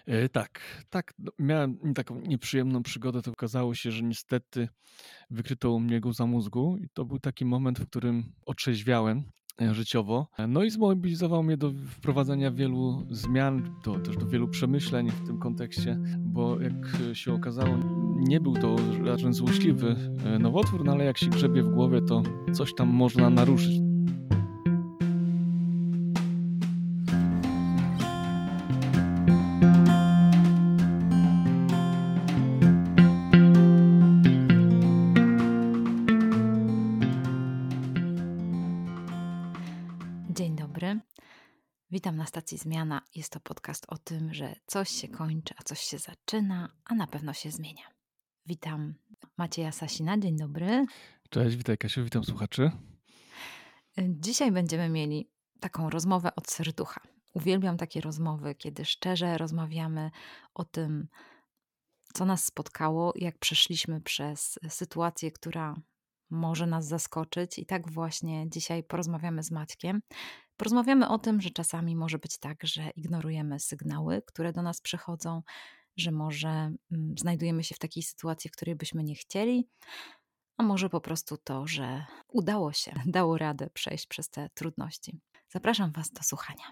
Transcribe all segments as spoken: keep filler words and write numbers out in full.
E, tak, tak, no, miałem taką nieprzyjemną przygodę. To okazało się, że niestety wykryto u mnie guza mózgu i to był taki moment, w którym otrzeźwiałem e, życiowo. E, No i zmobilizował mnie do wprowadzenia wielu zmian, do, też do wielu przemyśleń w tym kontekście, bo jak się okazało, nie był to żaden złośliwy e, nowotwór, no ale jak się grzebie w głowie, to coś tam można naruszyć. Dzień dobry. Witam na stacji Zmiana. Jest to podcast o tym, że coś się kończy, a coś się zaczyna, a na pewno się zmienia. Witam Macieja Sasina. Dzień dobry. Cześć, witaj Kasiu, witam słuchaczy. Dzisiaj będziemy mieli taką rozmowę od serducha. Uwielbiam takie rozmowy, kiedy szczerze rozmawiamy o tym, co nas spotkało, jak przeszliśmy przez sytuację, która może nas zaskoczyć. I tak właśnie dzisiaj porozmawiamy z Maćkiem. Porozmawiamy o tym, że czasami może być tak, że ignorujemy sygnały, które do nas przychodzą, że może mm, znajdujemy się w takiej sytuacji, w której byśmy nie chcieli, a może po prostu to, że udało się, dało radę przejść przez te trudności. Zapraszam Was do słuchania.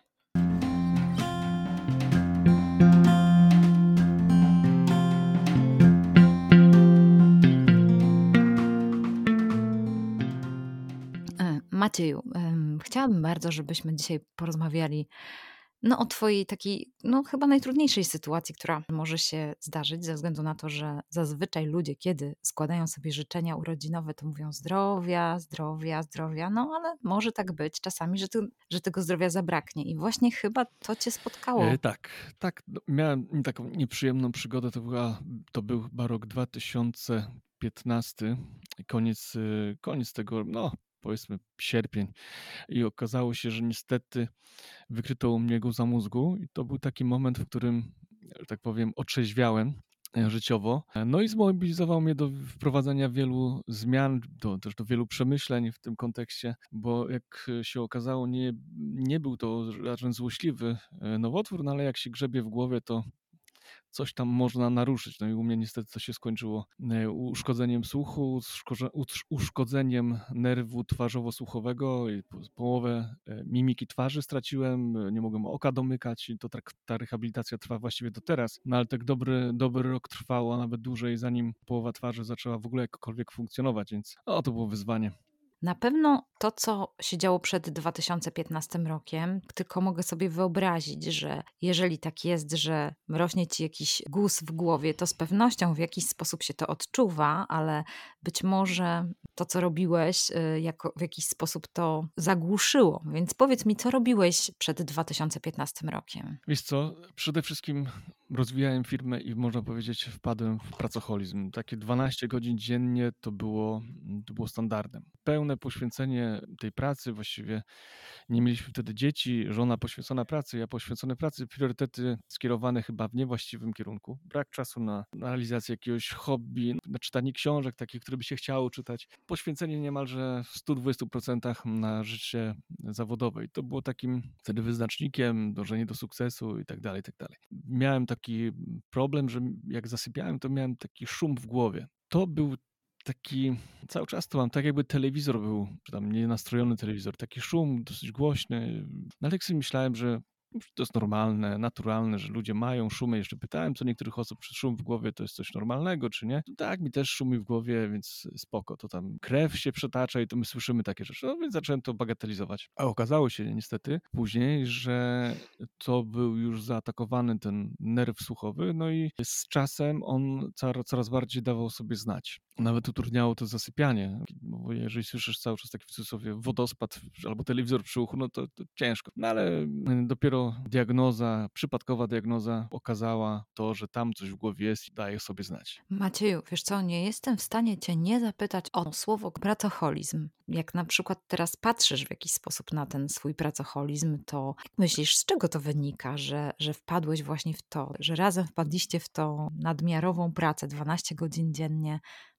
E, Macieju, em, chciałabym bardzo, żebyśmy dzisiaj porozmawiali no, o Twojej takiej, no chyba najtrudniejszej sytuacji, która może się zdarzyć, ze względu na to, że zazwyczaj ludzie, kiedy składają sobie życzenia urodzinowe, to mówią zdrowia, zdrowia, zdrowia, no ale może tak być czasami, że, ty, że tego zdrowia zabraknie. I właśnie chyba to Cię spotkało. E, tak, tak, no, miałem taką nieprzyjemną przygodę. To była, to był chyba rok dwa tysiące piętnasty, koniec, y, koniec tego, no powiedzmy sierpień. I okazało się, że niestety wykryto u mnie guza mózgu i to był taki moment, w którym, że tak powiem, otrzeźwiałem e, życiowo. E, No i zmobilizował mnie do wprowadzenia wielu zmian, do, też do wielu przemyśleń w tym kontekście, bo jak się okazało, nie, nie był to żaden złośliwy e, nowotwór, no ale jak się grzebie w głowie, to coś tam można naruszyć. No i u mnie niestety to się skończyło e, uszkodzeniem słuchu, uszkodze- utrz- uszkodzeniem nerwu twarzowo-słuchowego i po- połowę e, mimiki twarzy straciłem, e, nie mogłem oka domykać i to tak, ta rehabilitacja trwa właściwie do teraz. No ale tak dobry, dobry rok trwało, a nawet dłużej, zanim połowa twarzy zaczęła w ogóle jakkolwiek funkcjonować, więc o, to było wyzwanie. Na pewno to, co się działo przed dwa tysiące piętnastym rokiem, tylko mogę sobie wyobrazić, że jeżeli tak jest, że rośnie ci jakiś guz w głowie, to z pewnością w jakiś sposób się to odczuwa, ale być może to, co robiłeś, y, jako, w jakiś sposób to zagłuszyło. Więc powiedz mi, co robiłeś przed dwa tysiące piętnastym rokiem? Wiesz co, przede wszystkim rozwijałem firmę i można powiedzieć wpadłem w pracoholizm. Takie dwanaście godzin dziennie to było, to było standardem. Pełne poświęcenie tej pracy, właściwie nie mieliśmy wtedy dzieci, żona poświęcona pracy, ja poświęcony pracy, priorytety skierowane chyba w niewłaściwym kierunku. Brak czasu na, na realizację jakiegoś hobby, na czytanie książek takich, które by się chciało czytać. Poświęcenie niemalże w stu dwudziestu procentach na życie zawodowe. I to było takim wtedy wyznacznikiem, dążenie do sukcesu i tak dalej, i tak dalej. Miałem taki problem, że jak zasypiałem, to miałem taki szum w głowie. To był taki, cały czas to mam, tak jakby telewizor był, czy tam nienastrojony telewizor, taki szum dosyć głośny. No ale tak sobie myślałem, że to jest normalne, naturalne, że ludzie mają szumy. Jeszcze pytałem co niektórych osób, czy szum w głowie to jest coś normalnego, czy nie. No tak, mi też szumi w głowie, więc spoko, to tam krew się przetacza i to my słyszymy takie rzeczy. No więc zacząłem to bagatelizować. A okazało się niestety później, że to był już zaatakowany ten nerw słuchowy, no i z czasem on coraz bardziej dawał sobie znać. Nawet utrudniało to zasypianie, bo jeżeli słyszysz cały czas taki w cudzysłowie wodospad albo telewizor przy uchu, no to, to ciężko. No ale dopiero diagnoza, przypadkowa diagnoza okazała to, że tam coś w głowie jest i daje sobie znać. Macieju, wiesz co, nie jestem w stanie Cię nie zapytać o słowo pracoholizm. Jak na przykład teraz patrzysz w jakiś sposób na ten swój pracoholizm, to jak myślisz, z czego to wynika, że, że wpadłeś właśnie w to, że razem wpadliście w tą nadmiarową pracę dwanaście godzin dziennie?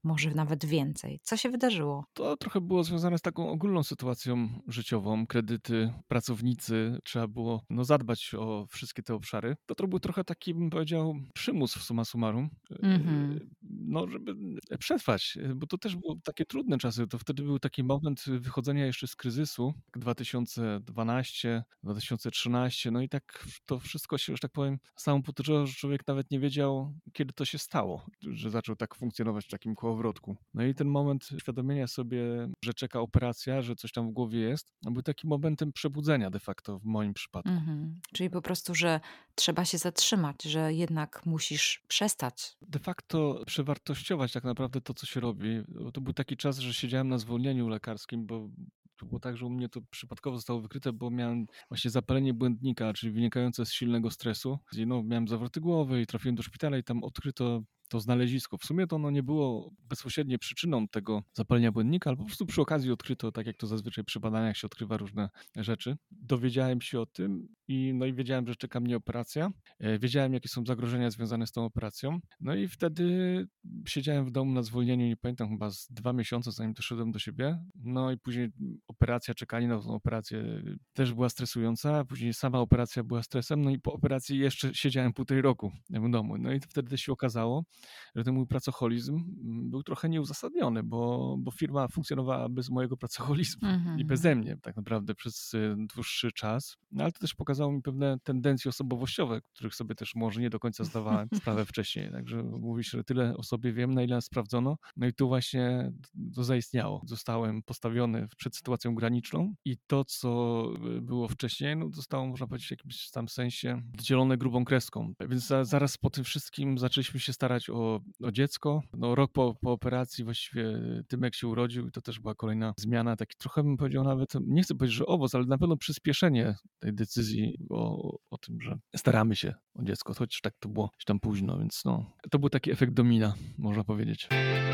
może nawet więcej. Co się wydarzyło? To trochę było związane z taką ogólną sytuacją życiową. Kredyty, pracownicy, trzeba było no, zadbać o wszystkie te obszary. To, to był trochę taki, bym powiedział, przymus w summa summarum, Mhm. yy, no, żeby przetrwać, yy, bo to też było takie trudne czasy. To wtedy był taki moment wychodzenia jeszcze z kryzysu, dwa tysiące dwanaście, dwa tysiące trzynaście, no i tak to wszystko się, że tak powiem, samo potoczyło, że człowiek nawet nie wiedział, kiedy to się stało, że zaczął tak funkcjonować w takim kołowrotku. No i ten moment uświadomienia sobie, że czeka operacja, że coś tam w głowie jest, był takim momentem przebudzenia de facto w moim przypadku. Mhm. Czyli po prostu, że trzeba się zatrzymać, że jednak musisz przestać. De facto przewartościować tak naprawdę to, co się robi. Bo to był taki czas, że siedziałem na zwolnieniu lekarskim, bo to było tak, że u mnie to przypadkowo zostało wykryte, bo miałem właśnie zapalenie błędnika, czyli wynikające z silnego stresu. I no, miałem zawroty głowy i trafiłem do szpitala i tam odkryto to znalezisko. W sumie to ono nie było bezpośrednie przyczyną tego zapalenia błędnika, ale po prostu przy okazji odkryto, tak jak to zazwyczaj przy badaniach się odkrywa różne rzeczy. Dowiedziałem się o tym i, no i wiedziałem, że czeka mnie operacja. E, Wiedziałem, jakie są zagrożenia związane z tą operacją. No i wtedy siedziałem w domu na zwolnieniu, nie pamiętam, chyba z dwa miesiące, zanim doszedłem do siebie. No i później operacja, czekanie na tą operację też była stresująca. Później sama operacja była stresem. No i po operacji jeszcze siedziałem półtorej roku w domu. No i wtedy się okazało, że ten mój pracoholizm był trochę nieuzasadniony, bo, bo firma funkcjonowała bez mojego pracoholizmu i Mhm. beze mnie tak naprawdę przez y, dłuższy czas. No ale to też pokazało mi pewne tendencje osobowościowe, których sobie też może nie do końca zdawałem sprawę wcześniej. Także mówisz, że tyle o sobie wiem, na ile sprawdzono. No i tu właśnie to zaistniało. Zostałem postawiony przed sytuacją graniczną i to, co było wcześniej, no zostało, można powiedzieć, w jakimś tam sensie oddzielone grubą kreską. Więc za, zaraz po tym wszystkim zaczęliśmy się starać o, o dziecko. No rok po, po operacji właściwie Tymek się urodził i to też była kolejna zmiana. Taki trochę bym powiedział nawet, nie chcę powiedzieć, że owoc, ale na pewno przyspieszenie tej decyzji o, o tym, że staramy się o dziecko, chociaż tak to było już tam późno, więc no, to był taki efekt domina, można powiedzieć.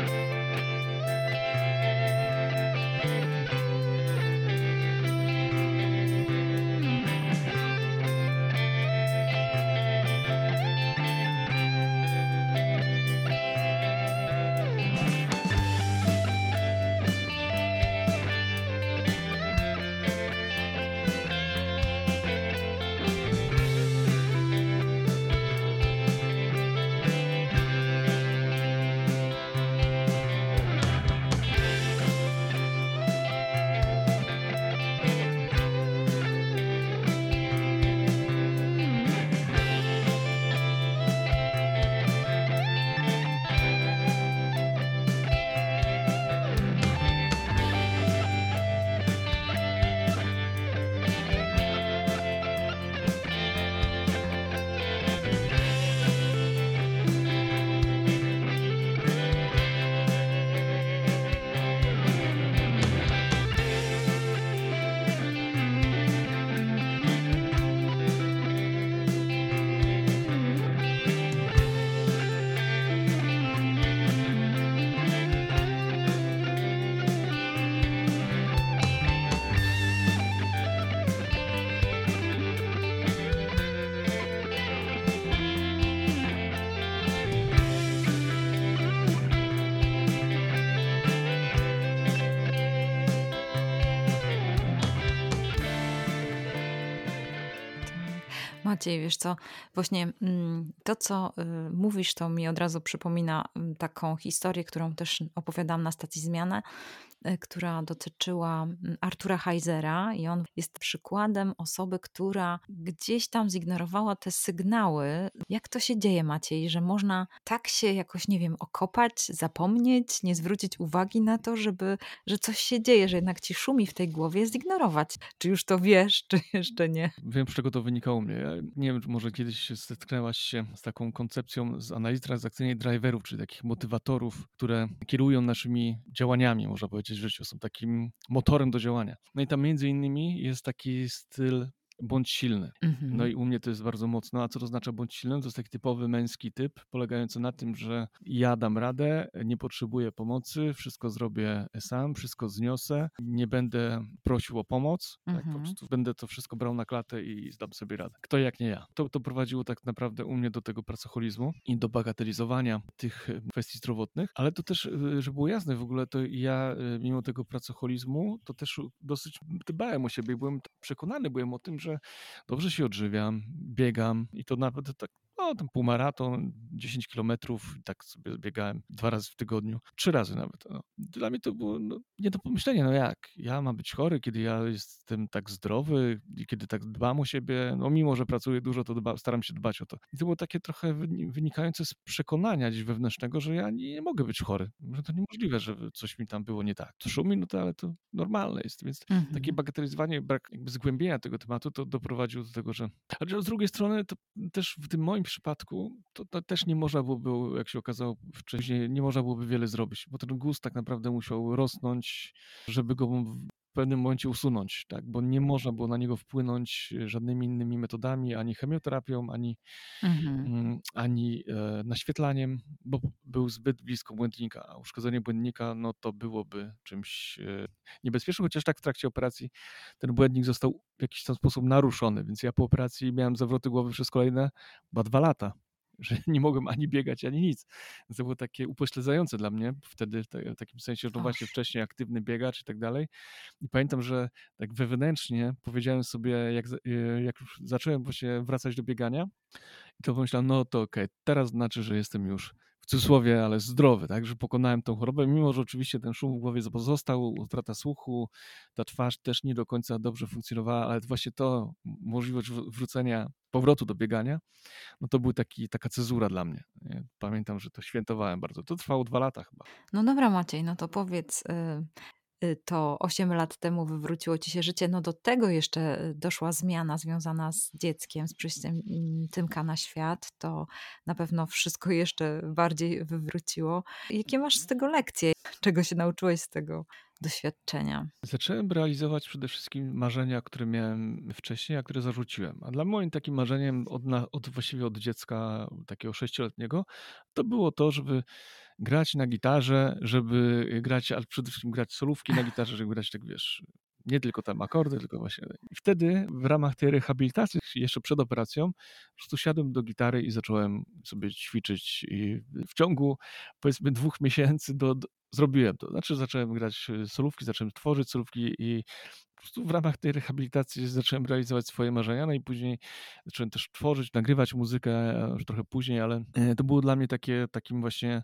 Maciej, wiesz co, właśnie mm, to, co y, mówisz, to mi od razu przypomina mm, taką historię, którą też opowiadałam na stacji Zmianę, y, która dotyczyła mm, Artura Heisera i on jest przykładem osoby, która gdzieś tam zignorowała te sygnały. Jak to się dzieje, Maciej, że można tak się jakoś, nie wiem, okopać, zapomnieć, nie zwrócić uwagi na to, żeby, że coś się dzieje, że jednak ci szumi w tej głowie, zignorować. Czy już to wiesz, czy jeszcze nie? Wiem, z czego to wynikało u mnie. Ja nie wiem, czy może kiedyś się zetknęłaś się z taką koncepcją z analizy transakcyjnej driverów, czyli takich motywatorów, które kierują naszymi działaniami, można powiedzieć, w życiu. Są takim motorem do działania. No i tam między innymi jest taki styl bądź silny. No Mhm. i u mnie to jest bardzo mocno. A co to znaczy bądź silny? To jest taki typowy męski typ, polegający na tym, że ja dam radę, nie potrzebuję pomocy, wszystko zrobię sam, wszystko zniosę, nie będę prosił o pomoc, tak? Po Mhm. prostu będę to wszystko brał na klatę i zdam sobie radę. Kto jak nie ja. To, to prowadziło tak naprawdę u mnie do tego pracoholizmu i do bagatelizowania tych e, kwestii zdrowotnych, ale to też, e, żeby było jasne w ogóle, to ja e, mimo tego pracoholizmu, to też dosyć dbałem o siebie i byłem przekonany byłem o tym, że dobrze się odżywiam, biegam i to nawet tak, no ten półmaraton, dziesięć kilometrów, i tak sobie biegałem dwa razy w tygodniu, trzy razy nawet. No. Dla mnie to było no, nie do pomyślenia, no jak? Ja mam być chory, kiedy ja jestem tak zdrowy i kiedy tak dbam o siebie, no mimo, że pracuję dużo, to dba, staram się dbać o to. I to było takie trochę wyni- wynikające z przekonania gdzieś wewnętrznego, że ja nie, nie mogę być chory, że to niemożliwe, że coś mi tam było nie tak. To szumi, no to ale to normalne jest, więc takie Mhm. bagatelizowanie, brak jakby zgłębienia tego tematu, to doprowadziło do tego, że... Ale z drugiej strony, to też w tym moim przypadku, to, to też nie można byłoby, jak się okazało wcześniej, nie można byłoby wiele zrobić, bo ten guz tak naprawdę musiał rosnąć, żeby go w pewnym momencie usunąć, tak? Bo nie można było na niego wpłynąć żadnymi innymi metodami, ani chemioterapią, ani Mhm. mm, ani e, naświetlaniem, bo był zbyt blisko błędnika, a uszkodzenie błędnika, no to byłoby czymś e, niebezpiecznym, chociaż tak w trakcie operacji ten błędnik został w jakiś tam sposób naruszony, więc ja po operacji miałem zawroty głowy przez kolejne chyba dwa lata, że nie mogłem ani biegać, ani nic. Więc to było takie upośledzające dla mnie wtedy, w te- w takim sensie, że no właśnie Och. wcześniej aktywny biegacz i tak dalej. I pamiętam, że tak wewnętrznie powiedziałem sobie, jak, za- e, jak już zacząłem właśnie wracać do biegania, i to pomyślałem, no to okej, teraz znaczy, że jestem już w cudzysłowie, ale zdrowy, tak, że pokonałem tą chorobę, mimo że oczywiście ten szum w głowie pozostał, utrata słuchu, ta twarz też nie do końca dobrze funkcjonowała, ale właśnie to, możliwość wr- wrócenia, powrotu do biegania, no to był taki, taka cezura dla mnie. Nie? Pamiętam, że to świętowałem bardzo. To trwało dwa lata chyba. No dobra, Maciej, no to powiedz, y, y, to osiem lat temu wywróciło ci się życie, no do tego jeszcze y, doszła zmiana związana z dzieckiem, z przyjściem mm, Tymka na świat, to na pewno wszystko jeszcze bardziej wywróciło. Jakie masz z tego lekcje? Czego się nauczyłeś z tego doświadczenia? Zacząłem realizować przede wszystkim marzenia, które miałem wcześniej, a które zarzuciłem. A dla moim takim marzeniem od, na, od właściwie od dziecka takiego sześcioletniego, to było to, żeby grać na gitarze, żeby grać, ale przede wszystkim grać solówki na gitarze, żeby grać tak, wiesz, nie tylko tam akordy, tylko właśnie. I wtedy w ramach tej rehabilitacji, jeszcze przed operacją, po prostu siadłem do gitary i zacząłem sobie ćwiczyć i w ciągu powiedzmy dwóch miesięcy do, do, zrobiłem to. Znaczy zacząłem grać solówki, zacząłem tworzyć solówki i po prostu w ramach tej rehabilitacji zacząłem realizować swoje marzenia, no i później zacząłem też tworzyć, nagrywać muzykę już trochę później, ale e, to było dla mnie takie, takim właśnie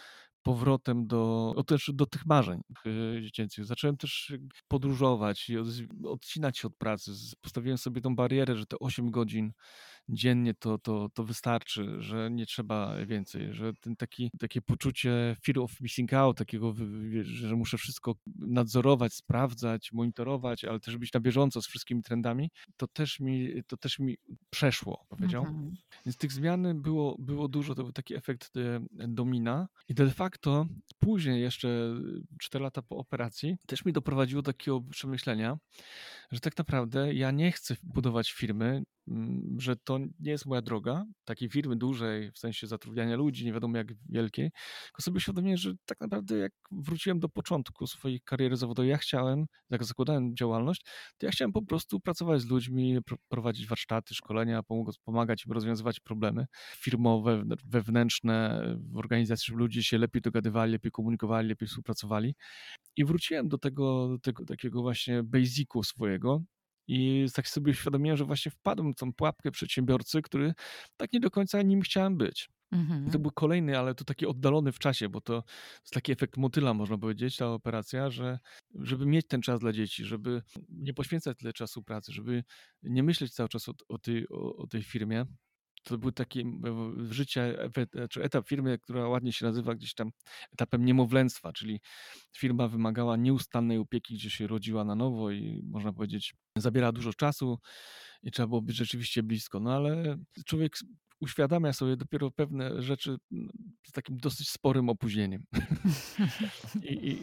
powrotem do, o, też do tych marzeń e, dziecięcych. Zacząłem też jakby podróżować i od, odcinać się od pracy. Z- Postawiłem sobie tą barierę, że te osiem godzin dziennie to, to, to wystarczy, że nie trzeba więcej, że ten taki, takie poczucie fear of missing out, takiego, wy- wiesz, że muszę wszystko nadzorować, sprawdzać, monitorować, ale też być na bieżąco z wszystkimi trendami, to też mi, to też mi przeszło, powiedział. Mhm. Więc tych zmian było, było dużo, to był taki efekt e, domina i de facto później jeszcze cztery lata po operacji też mi doprowadziło do takiego przemyślenia, że tak naprawdę ja nie chcę budować firmy, mm, że to nie jest moja droga, takiej firmy dużej, w sensie zatrudniania ludzi, nie wiadomo jak wielkiej, tylko sobie uświadomiłem, że tak naprawdę jak wróciłem do początku swojej kariery zawodowej, ja chciałem, jak zakładałem działalność, to ja chciałem po prostu pracować z ludźmi, pro- prowadzić warsztaty, szkolenia, pomog- pomagać im rozwiązywać problemy firmowe, wewnętrzne w organizacji, żeby ludzie się lepiej dogadywali, lepiej komunikowali, lepiej współpracowali. I wróciłem do tego, do tego takiego właśnie basicu swojego i tak sobie uświadomiłem, że właśnie wpadłem w tą pułapkę przedsiębiorcy, który tak nie do końca nim chciałem być. I to Mhm. był kolejny, ale to taki oddalony w czasie, bo to jest taki efekt motyla, można powiedzieć, ta operacja, że żeby mieć ten czas dla dzieci, żeby nie poświęcać tyle czasu pracy, żeby nie myśleć cały czas o, o, tej, o, o tej firmie, to był taki e, życie, e, czy etap firmy, która ładnie się nazywa gdzieś tam etapem niemowlęctwa, czyli firma wymagała nieustannej opieki, gdzie się rodziła na nowo i można powiedzieć, zabiera dużo czasu i trzeba było być rzeczywiście blisko. No ale człowiek s- uświadamia sobie dopiero pewne rzeczy mm, z takim dosyć sporym opóźnieniem. I, i,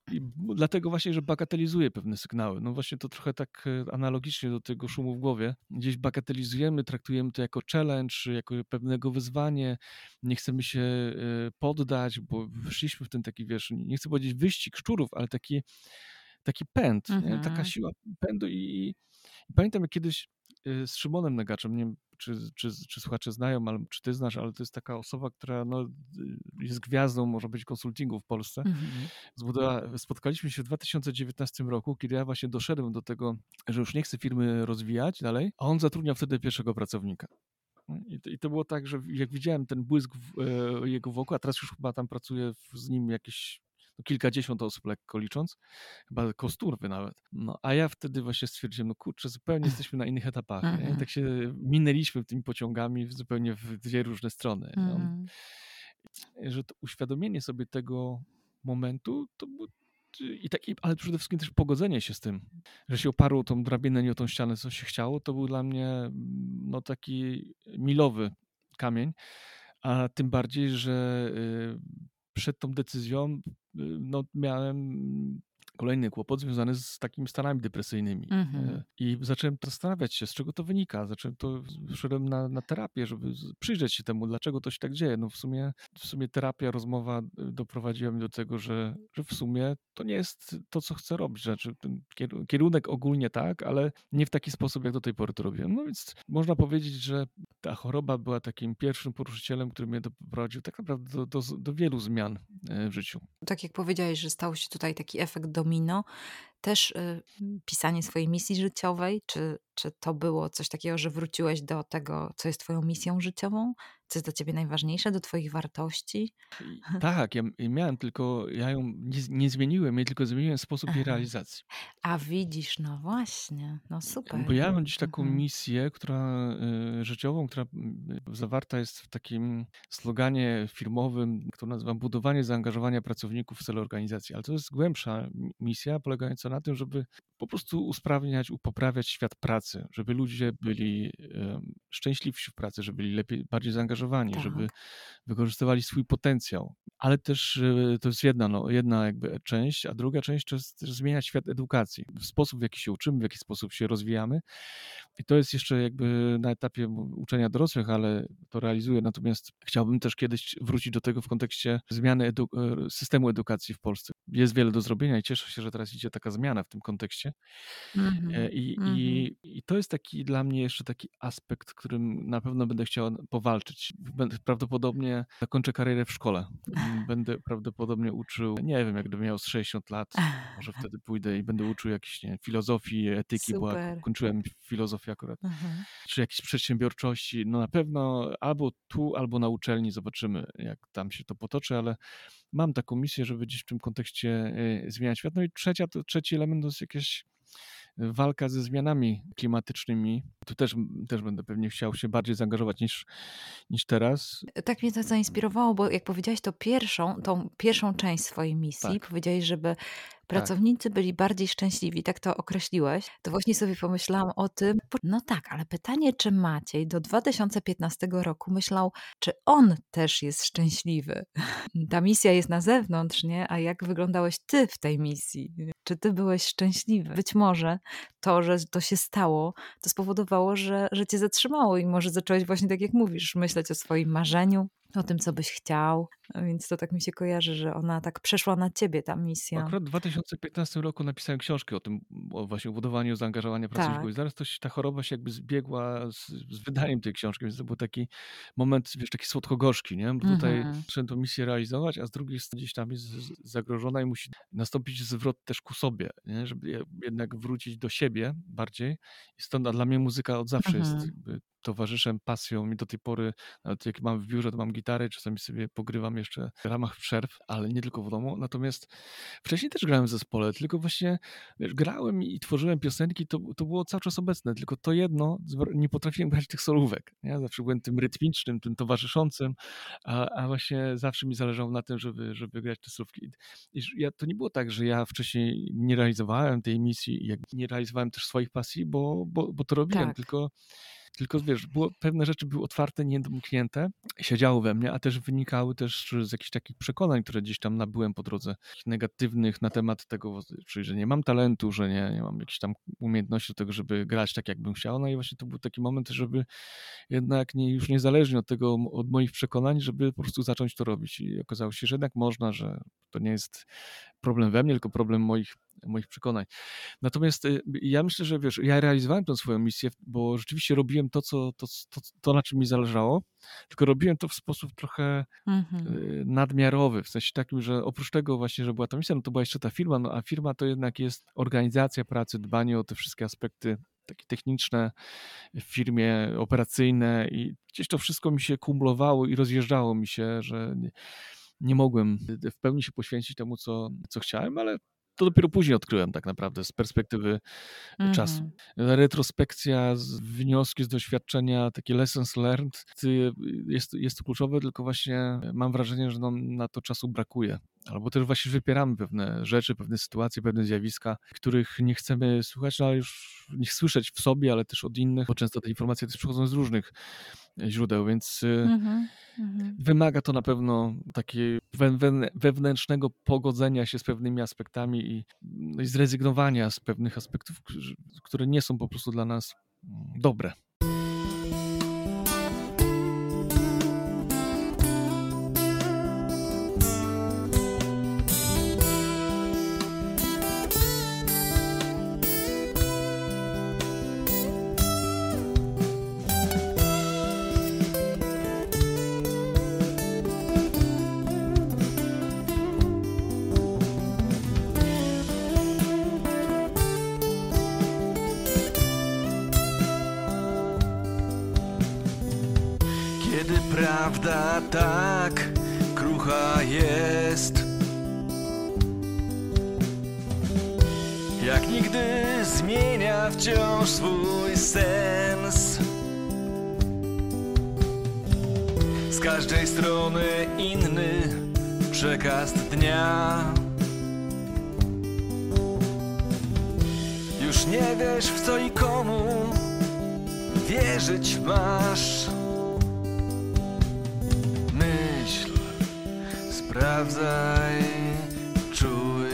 I b dlatego właśnie, że bagatelizuję pewne sygnały. No właśnie to trochę tak, e, analogicznie do tego szumu w głowie. Gdzieś bagatelizujemy, traktujemy to jako challenge, jako pewnego wyzwanie. Nie chcemy się, e, poddać, bo weszliśmy w ten taki, wiesz, nie chcę powiedzieć wyścig szczurów, ale taki taki pęd, nie? Taka Mhm. siła pędu i i pamiętam jak kiedyś, y, z Szymonem Negaczem, nie wiem czy czy czy słuchacze znają, albo czy ty znasz, ale to jest taka osoba, która no, y, jest gwiazdą, może być konsultingu w Polsce. Mhm. Zbudowała spotkaliśmy się w dwa tysiące dziewiętnastym roku, kiedy ja właśnie doszedłem do tego, że już nie chcę firmy rozwijać dalej, a on zatrudniał wtedy pierwszego pracownika. No i to i to było tak, że jak widziałem ten błysk w e, jego wokół, a teraz już chyba tam pracuje w z nim jakieś no kilkadziesiąt osób lekko licząc, chyba koło stu nawet. No, a ja wtedy właśnie stwierdziłem, no kurczę, zupełnie jesteśmy na innych etapach, nie? I Mhm. tak się minęliśmy tymi pociągami w zupełnie w dwie różne strony, nie? On Mhm. że to uświadomienie sobie tego momentu to było i taki, ale przede wszystkim też pogodzenie się z tym, że się oparło o tą drabinę, nie o tą ścianę, co się chciało, to był dla mnie, mm, no taki milowy kamień, a tym bardziej, że, y, przed tą decyzją, y, no miałem kolejny kłopot związany z takimi stanami depresyjnymi, Mhm. e, i zacząłem zastanawiać się, z czego to wynika. Zacząłem to Wszedłem na na terapię, żeby z przyjrzeć się temu, dlaczego to się tak dzieje. No w sumie w sumie terapia, rozmowa, y, doprowadziła mnie do tego, że że w sumie to nie jest to, co chcę robić. Znaczy ten kieru kierunek ogólnie tak, ale nie w taki sposób, jak do tej pory to robiłem. No więc można powiedzieć, że ta choroba była takim pierwszym poruszycielem, który mnie doprowadził tak naprawdę do do z do wielu zmian, e, w życiu. Tak jak powiedziałeś, że stał się tutaj taki efekt domino, też, y, pisanie swojej misji życiowej, czy czy to było coś takiego, że wróciłeś do tego, co jest twoją misją życiową? Co jest dla ciebie najważniejsze, do twoich wartości? I tak, ja m miałem, tylko ja ją nie z nie zmieniłem jej, tylko zmieniłem sposób jej realizacji. A widzisz, no właśnie, no Bo super. ja mam dziś taką Mhm. misję, która, y, życiową, która, mm, zawarta jest w takim sloganie firmowym, który nazywam „Budowanie zaangażowania pracowników w celu organizacji”, ale to jest głębsza m misja polegająca na tym, żeby po prostu usprawniać, u poprawiać świat pracy, żeby ludzie byli, em, szczęśliwsi w pracy, żeby byli lepiej bardziej zaangażowani, żeby Tak. wykorzystywali swój potencjał. Ale też, y, to jest jedna, no, jedna jakby część, a druga część to jest też zmieniać świat edukacji. Sposób, w jaki się uczymy, w jaki sposób się rozwijamy. I to jest jeszcze jakby na etapie m uczenia dorosłych, ale to realizuję. Natomiast chciałbym też kiedyś wrócić do tego w kontekście zmiany edu e, systemu edukacji w Polsce. Jest wiele do zrobienia i cieszę się, że teraz idzie taka zmiana w tym kontekście. E, Mhm, i mhm. i i to jest taki dla mnie jeszcze taki aspekt, którym na pewno będę chciał powalczyć. Będę prawdopodobnie zakończę karierę w szkole. Mm, będę prawdopodobnie uczył, nie wiem, jak będę miał z sześćdziesiąt lat, może wtedy pójdę i będę uczył jakiejś, nie wiem, filozofii, etyki, bo ak Super. kończyłem filozofię akurat, Mhm. czy jakiejś przedsiębiorczości. No na pewno albo tu, albo na uczelni, zobaczymy, jak tam się to potoczy, ale mam taką misję, żeby gdzieś w tym kontekście, e, zmieniać świat. No i trzecia to trzeci element to jest jakaś walka ze zmianami klimatycznymi. Tu też też będę pewnie chciał się bardziej zaangażować niż niż teraz. Tak mnie to zainspirowało, bo jak powiedziałeś to pierwszą tą pierwszą część swojej misji, Tak, powiedziałeś, żeby tak. pracownicy byli bardziej szczęśliwi, tak to określiłeś, to właśnie sobie pomyślałam o tym, po no tak, ale pytanie, czy Maciej do dwa tysiące piętnastego roku myślał, czy on też jest szczęśliwy? Ta misja jest na zewnątrz, nie? A jak wyglądałeś ty w tej misji? Czy ty byłeś szczęśliwy? Być może to, że to się stało, to spowodowało, że że cię zatrzymało i może zacząłeś właśnie tak jak mówisz, myśleć o swoim marzeniu, o tym, co byś chciał, a więc to tak mi się kojarzy, że ona tak przeszła na ciebie, ta misja. Akurat w dwa tysiące piętnastym roku napisałem książkę o tym, o właśnie budowaniu zaangażowania pracowników i Tak. zaraz to się ta choroba się jakby zbiegła z z wydaniem tej książki, więc to był taki moment, wiesz, taki słodko-gorzki, nie? Bo tutaj Mhm. zacząłem tę misję realizować, a z drugiej strony gdzieś tam jest z zagrożona i musi nastąpić zwrot też ku sobie, nie? Żeby je jednak wrócić do siebie bardziej. I stąd a dla mnie muzyka od zawsze jest Mhm. jakby towarzyszem, pasją i do tej pory, nawet jak mam w biurze, to mam gitarę, czasami sobie pogrywam jeszcze w ramach przerw, ale nie tylko w domu. Natomiast wcześniej też grałem w zespole, tylko właśnie, wiesz, grałem i tworzyłem piosenki, to to było cały czas obecne, tylko to jedno, zwr nie potrafiłem grać tych solówek, nie? Zawsze byłem tym rytmicznym, tym towarzyszącym, a a właśnie zawsze mi zależało na tym, żeby żeby grać te solówki. I ż ja to nie było tak, że ja wcześniej nie realizowałem tej misji i jak nie realizowałem też swoich pasji, bo bo bo to robiłem, Tak. tylko Tylko wiesz, było, pewne rzeczy były otwarte, niedomknięte, siedziały we mnie, a też wynikały też z jakichś takich przekonań, które gdzieś tam nabyłem po drodze, takich negatywnych na temat tego, czyli że nie mam talentu, że nie, nie mam jakichś tam umiejętności do tego, żeby grać tak, jakbym chciał. No i właśnie to był taki moment, żeby jednak nie, już niezależnie od tego, od moich przekonań, żeby po prostu zacząć to robić. I okazało się, że jednak można, że to nie jest problem we mnie, tylko problem moich, moich przekonań. Natomiast y, ja myślę, że wiesz, ja realizowałem tę swoją misję, bo rzeczywiście robiłem to, co, to, to, to na czym mi zależało, tylko robiłem to w sposób trochę Mhm. y, nadmiarowy, w sensie takim, że oprócz tego właśnie, że była ta misja, no to była jeszcze ta firma, no a firma to jednak jest organizacja pracy, dbanie o te wszystkie aspekty takie techniczne w firmie, operacyjne i gdzieś to wszystko mi się kumulowało i rozjeżdżało mi się, że nie, nie mogłem w pełni się poświęcić temu, co, co chciałem, ale to dopiero później odkryłem tak naprawdę z perspektywy czasu. Mhm. Retrospekcja, z wnioski z doświadczenia, takie lessons learned, y, jest, jest to kluczowe, tylko właśnie mam wrażenie, że nam na to czasu brakuje. Albo też właśnie wypieramy pewne rzeczy, pewne sytuacje, pewne zjawiska, których nie chcemy słuchać, no ale już nie słyszeć w sobie, ale też od innych, bo często te informacje też przychodzą z różnych źródeł, więc y, Mhm. Mhm. wymaga to na pewno takiego wewnętrznego pogodzenia się z pewnymi aspektami i, no i zrezygnowania z pewnych aspektów, które nie są po prostu dla nas dobre. Kiedy prawda tak krucha jest, jak nigdy zmienia wciąż swój sens. Z każdej strony inny przekaz dnia. Już nie wiesz, w co i komu wierzyć masz. Myśl, sprawdzaj, czuj,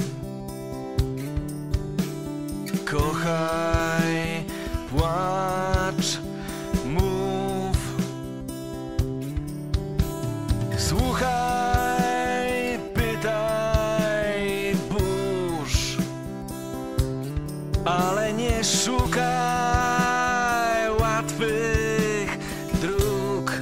kochaj, płacz, mów, słuchaj, pytaj, burz, ale nie szukaj łatwych dróg.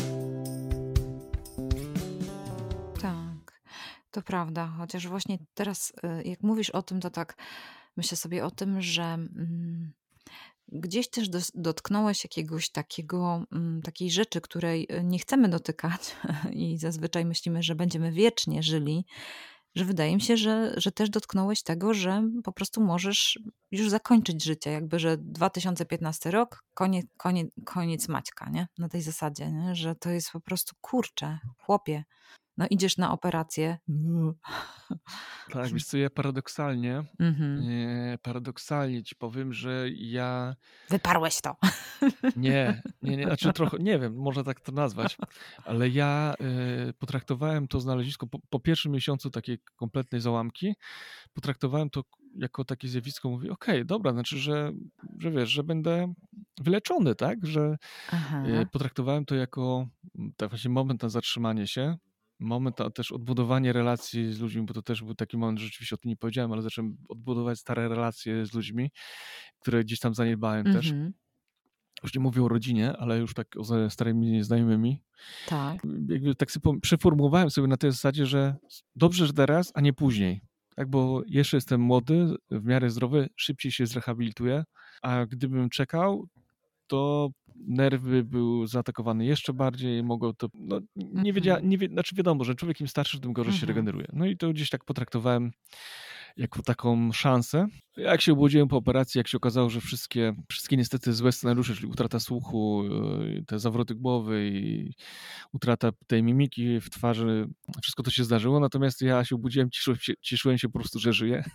Tak, to prawda. Chociaż właśnie teraz, y, jak mówisz o tym, to tak myślę sobie o tym, że mm, gdzieś też dos- dotknąłeś jakiegoś takiego, mm, takiej rzeczy, której y, nie chcemy dotykać i zazwyczaj myślimy, że będziemy wiecznie żyli, że wydaje mi się, że, że też dotknąłeś tego, że po prostu możesz już zakończyć życie, jakby, że dwa tysiące piętnasty rok, koniec, koniec, koniec Maćka, nie? Na tej zasadzie, nie? Że to jest po prostu, kurczę, chłopie, no idziesz na operację. Tak, wiesz co, ja paradoksalnie, Mhm. e, paradoksalnie ci powiem, że ja Wyparłeś to. nie, nie, nie, znaczy trochę, nie wiem, można tak to nazwać, ale ja e, potraktowałem to znalezisko po, po pierwszym miesiącu takiej kompletnej załamki, potraktowałem to jako takie zjawisko, mówię, okej, dobra, znaczy, że, że wiesz, że będę wyleczony, tak, że e, Aha. potraktowałem to jako mm, tak właśnie moment na zatrzymanie się, moment na też odbudowanie relacji z ludźmi, bo to też był taki moment, że rzeczywiście o tym nie powiedziałem, ale zacząłem odbudować stare relacje z ludźmi, które gdzieś tam zaniedbałem też. Mhm. Już nie mówię o rodzinie, ale już tak o ze starymi znajomymi. Tak. Jakby tak sobie pom- przeformułowałem sobie na tej zasadzie, że dobrze, że teraz, a nie później. Tak, bo jeszcze jestem młody, w miarę zdrowy, szybciej się zrehabilituję, a gdybym czekał, to nerwy był zaatakowany jeszcze bardziej, mogło to, no nie wiedziałem, Mhm. nie wie, znaczy wiadomo, że człowiek im starszy, tym gorzej się Mhm. regeneruje. No i to gdzieś tak potraktowałem jako taką szansę. Jak się obudziłem po operacji, jak się okazało, że wszystkie, wszystkie niestety złe scenariusze, czyli utrata słuchu, yy, te zawroty głowy i utrata tej mimiki w twarzy, wszystko to się zdarzyło, natomiast ja się obudziłem, cieszyłem się, cieszyłem się po prostu, że żyję.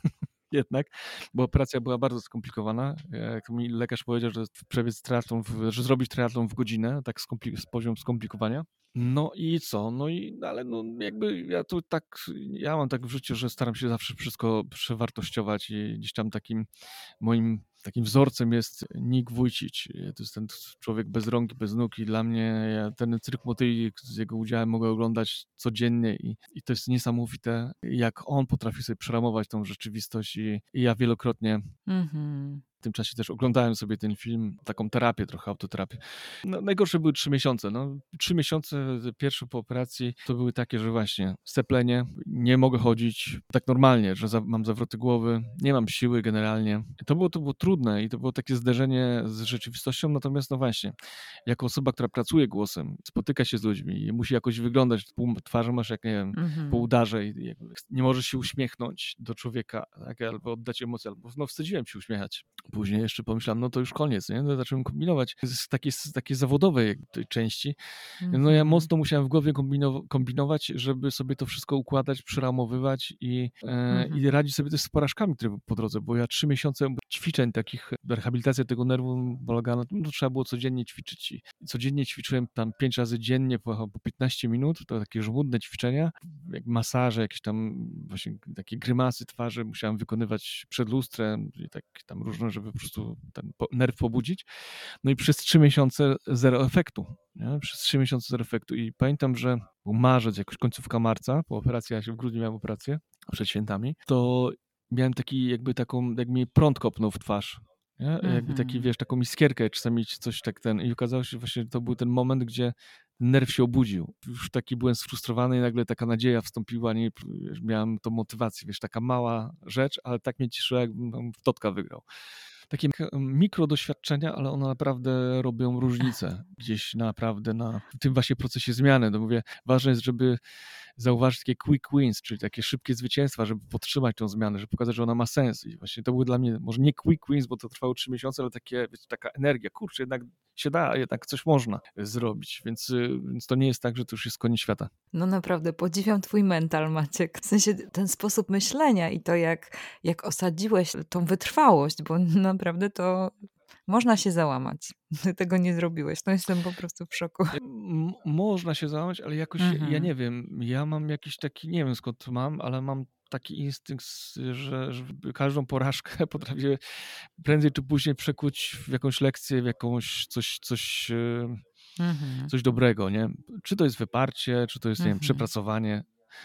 jednak, bo operacja była bardzo skomplikowana. Jak mi lekarz powiedział, że przebiec triatlon, w, że zrobić triatlon w godzinę, tak skompli- z poziom skomplikowania. No i co? No i no ale no jakby ja tu tak, ja mam tak w życiu, że staram się zawsze wszystko przewartościować i gdzieś tam takim moim takim wzorcem jest Nick Vujicic. To jest ten człowiek bez rąk i bez nóg i dla mnie ja ten cyrk Motylii z jego udziałem mogę oglądać codziennie i, i to jest niesamowite, jak on potrafi sobie przeramować tą rzeczywistość i, i ja wielokrotnie Mhm. w tym czasie też oglądałem sobie ten film, taką terapię, trochę autoterapię. No, najgorsze były trzy miesiące. No, trzy miesiące pierwsze po operacji to były takie, że właśnie steplenie, nie mogę chodzić tak normalnie, że za, mam zawroty głowy, nie mam siły generalnie. To było, to było trudne i to było takie zderzenie z rzeczywistością, natomiast no właśnie, jako osoba, która pracuje głosem, spotyka się z ludźmi i musi jakoś wyglądać, pół twarzy masz jak, nie wiem, po Mhm. udarze i jakby nie możesz się uśmiechnąć do człowieka, tak, albo oddać emocje, albo no wstydziłem się uśmiechać. Później jeszcze pomyślałem, no to już koniec, nie? No, zacząłem kombinować z takiej, z takiej zawodowej tej części. No ja Mhm. mocno musiałem w głowie kombino- kombinować, żeby sobie to wszystko układać, przeramowywać i, e, Mhm. i radzić sobie też z porażkami, które były po drodze, bo ja trzy miesiące ćwiczeń takich, rehabilitacja tego nerwu polegała na tym, że trzeba było codziennie ćwiczyć i codziennie ćwiczyłem tam pięć razy dziennie po, po piętnaście minut, to takie żmudne ćwiczenia, jak masaże, jakieś tam właśnie takie grymasy twarzy musiałem wykonywać przed lustrem i tak tam różne, żeby po prostu ten po, nerw pobudzić. No i przez trzy miesiące zero efektu. Nie? Przez trzy miesiące zero efektu. I pamiętam, że był marzec, jakoś końcówka marca, po operacji, ja się w grudniu miałem operację przed świętami, to miałem taki jakby taką, jak mi prąd kopnął w twarz. Nie? Jakby taki, Mhm. wiesz, taką iskierkę, czasami coś tak ten. I okazało się, że właśnie to był ten moment, gdzie nerw się obudził. Już taki byłem sfrustrowany i nagle taka nadzieja wstąpiła, nie? Wiesz, miałem tą motywację, wiesz, taka mała rzecz, ale tak mnie cieszyła, jakbym tam w Totka wygrał. Takie mikro doświadczenia, ale one naprawdę robią różnicę gdzieś naprawdę na w tym właśnie procesie zmiany. No mówię, ważne jest, żeby zauważyć takie quick wins, czyli takie szybkie zwycięstwa, żeby podtrzymać tą zmianę, żeby pokazać, że ona ma sens. I właśnie to były dla mnie, może nie quick wins, bo to trwało trzy miesiące, ale takie, wiecie, taka energia, kurczę, jednak się da, jednak coś można zrobić, więc, więc to nie jest tak, że to już jest koniec świata. No naprawdę podziwiam twój mental, Maciek. W sensie ten sposób myślenia i to, jak, jak osadziłeś tą wytrwałość, bo naprawdę to można się załamać. Ty tego nie zrobiłeś. No jestem po prostu w szoku. M- można się załamać, ale jakoś, Mhm. ja nie wiem, ja mam jakiś taki, nie wiem skąd to mam, ale mam taki instynkt, że, że każdą porażkę potrafię prędzej czy później przekuć w jakąś lekcję, w jakąś coś, coś, e, Mhm. coś dobrego, nie? Czy to jest wyparcie, czy to jest, nie wiem, Mhm. przepracowanie,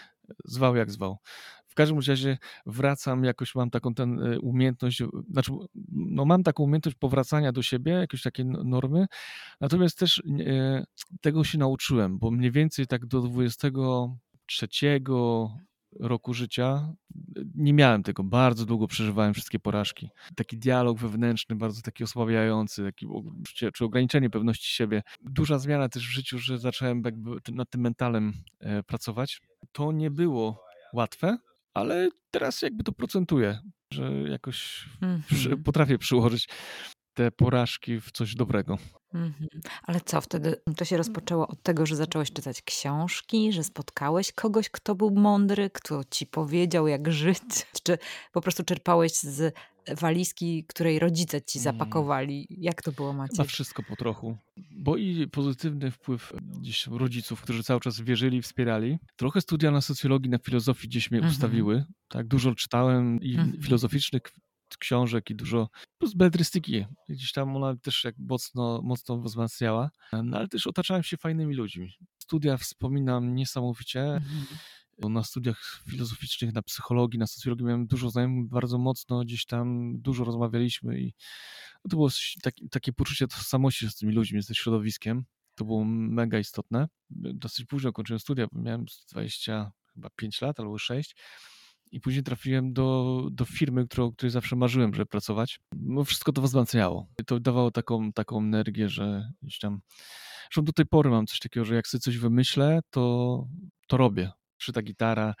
zwał jak zwał. W każdym razie wracam, jakoś mam taką ten e, umiejętność, znaczy no mam taką umiejętność powracania do siebie, jakieś takie n- normy, natomiast też e, tego się nauczyłem, bo mniej więcej tak do dwudziestego trzeciego roku życia e, nie miałem tego, bardzo długo przeżywałem wszystkie porażki. Taki dialog wewnętrzny, bardzo taki osłabiający, taki, o- czy, czy ograniczenie pewności siebie. Duża zmiana też w życiu, że zacząłem jakby ty- nad tym mentalem e, pracować. To nie było łatwe, ale teraz jakby to procentuje, że jakoś przy, Mhm. potrafię przyłożyć te porażki w coś dobrego. Mhm. Ale co wtedy? To się rozpoczęło od tego, że zacząłeś czytać książki, że spotkałeś kogoś, kto był mądry, kto ci powiedział, jak żyć? Czy po prostu czerpałeś z walizki, której rodzice ci Mm. zapakowali? Jak to było, Chyba Maciek? wszystko po trochu, bo i pozytywny wpływ gdzieś rodziców, którzy cały czas wierzyli, wspierali. Trochę studia na socjologii, na filozofii gdzieś mnie Mhm. ustawiły. Tak, dużo czytałem i Mhm. filozoficznych książek i dużo plus beletrystyki. Gdzieś tam ona też jak mocno, mocno wzmacniała, no, ale też otaczałem się fajnymi ludźmi. Studia wspominam niesamowicie. Mhm. Na studiach filozoficznych, na psychologii, na socjologii miałem dużo znajomych, bardzo mocno gdzieś tam dużo rozmawialiśmy i to było taki, takie poczucie tożsamości z tymi ludźmi, ze środowiskiem. To było mega istotne. Dosyć późno kończyłem studia, bo miałem dwadzieścia chyba pięć lat albo sześć. I później trafiłem do, do firmy, którą, o której zawsze marzyłem, żeby pracować. No wszystko to wzmacniało. To dawało taką, taką energię, że gdzieś tam... Zresztą do tej pory mam coś takiego, że jak sobie coś wymyślę, to, to robię. Czy ta gitara,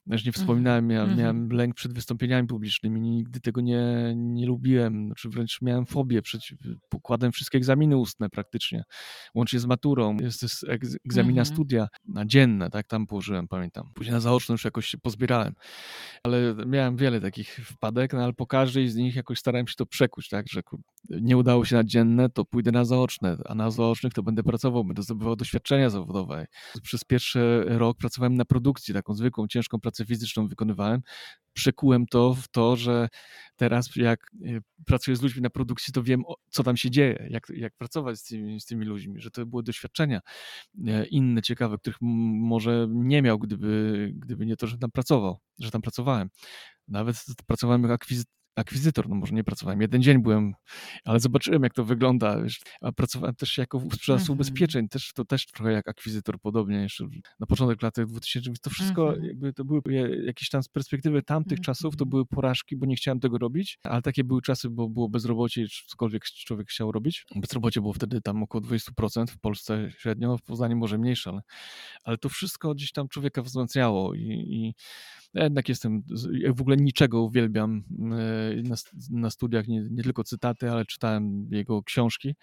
Już nie Mhm. wspominałem, ja Mhm. miałem lęk przed wystąpieniami publicznymi, nigdy tego nie, nie lubiłem, znaczy wręcz miałem fobię, przed, pokładałem wszystkie egzaminy ustne praktycznie, łącznie z maturą, jest, jest egz, egzamina Mhm. studia na dzienne, tak, tam położyłem, pamiętam. Później na zaoczne już jakoś się pozbierałem, ale miałem wiele takich wpadek, no ale po każdej z nich jakoś starałem się to przekuć, tak, że kur- nie udało się na dzienne, to pójdę na zaoczne, a na zaocznych to będę pracował, będę zdobywał doświadczenia zawodowe. Przez pierwszy rok pracowałem na produkcji, taką zwykłą, ciężką pracę fizyczną wykonywałem. Przekułem to w to, że teraz jak y, pracuję z ludźmi na produkcji, to wiem, o- co tam się dzieje, jak, jak pracować z tymi, z tymi ludźmi, że to były doświadczenia e, inne, ciekawe, których m- może nie miał, gdyby, gdyby nie to, że tam pracował, że tam pracowałem. Nawet pracowałem jak akwizy- akwizytor, no może nie pracowałem, jeden dzień byłem, ale zobaczyłem, jak to wygląda, wiesz, a pracowałem też jako sprzedawca Mhm. ubezpieczeń, też, to też trochę jak akwizytor, podobnie jeszcze na początek lat dwutysięcznych, to wszystko Mhm. jakby to były je- jakieś tam z perspektywy tamtych czasów, to Mhm. były porażki, bo nie chciałem tego robić, ale takie były czasy, bo było bezrobocie i cokolwiek człowiek chciał robić. Bezrobocie było wtedy tam około dwadzieścia procent, w Polsce średnio, w Poznaniu może mniejsze, ale, ale to wszystko gdzieś tam człowieka wzmacniało i, i ja jednak jestem, z- ja w ogóle niczego uwielbiam e, na, st- na studiach, nie, nie tylko cytaty, ale czytałem jego książki.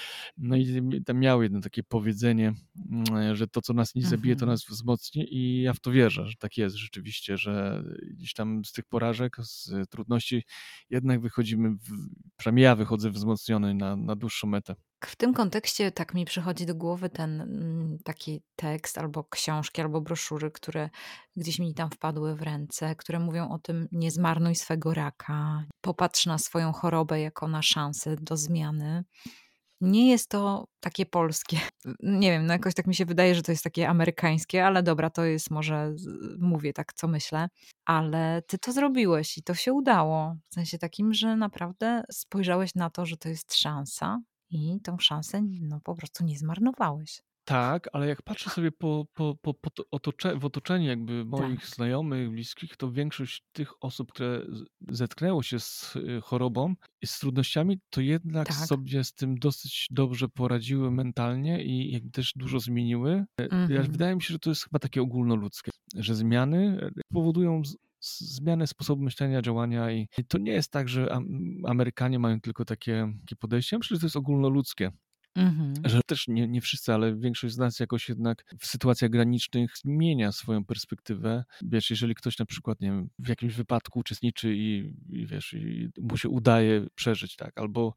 No i mi- tam miał jedno takie powiedzenie, mm, że to, co nas nie zabije, to Mhm. nas wzmocni i ja w to wierzę, że tak jest rzeczywiście, że gdzieś tam z tych porażek, z trudności jednak wychodzimy, w, przynajmniej ja wychodzę wzmocniony na, na dłuższą metę. W tym kontekście tak mi przychodzi do głowy ten mm, taki tekst albo książki, albo broszury, które gdzieś mi tam wpadły w ręce, które mówią o tym: nie zmarnuj swego raka, popatrz na swoją chorobę jako na szansę do zmiany. Nie jest to takie polskie. Nie wiem, no jakoś tak mi się wydaje, że to jest takie amerykańskie, ale dobra, to jest może, z- mówię tak, co myślę. Ale ty to zrobiłeś i to się udało. W sensie takim, że naprawdę spojrzałeś na to, że to jest szansa i tą szansę no po prostu nie zmarnowałeś. Tak, ale jak patrzę sobie po, po, po, po to otocze, w otoczeniu jakby moich Tak, znajomych, bliskich, to większość tych osób, które z- zetknęło się z y, chorobą i z trudnościami, to jednak tak. sobie z tym dosyć dobrze poradziły mentalnie i jakby też dużo zmieniły. E, Ja, Mhm. wydaje mi się, że to jest chyba takie ogólnoludzkie, że zmiany e, powodują z, z- zmianę sposobu myślenia, działania i i to nie jest tak, że Am- Amerykanie mają tylko takie, takie podejście. Ja myślę, że to jest ogólnoludzkie. Mhm. Że też nie, nie wszyscy, ale większość z nas jakoś jednak w sytuacjach granicznych zmienia swoją perspektywę. Wiesz, jeżeli ktoś na przykład, nie wiem, w jakimś wypadku uczestniczy i, i wiesz, i mu się udaje przeżyć, tak, albo